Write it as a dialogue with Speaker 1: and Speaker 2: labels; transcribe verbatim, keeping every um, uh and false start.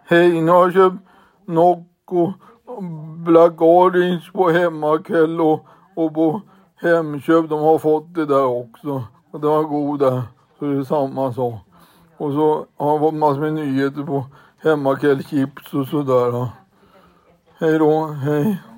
Speaker 1: Hej, nu har jag köpt Nocco Black Orange på Hemmakväll och, och på Hemköp. De har fått det där också. Och det var goda. Så det är samma sak. Och så har jag fått massor med nyheter på Hemmakväll chips och sådär. Hej då, hej.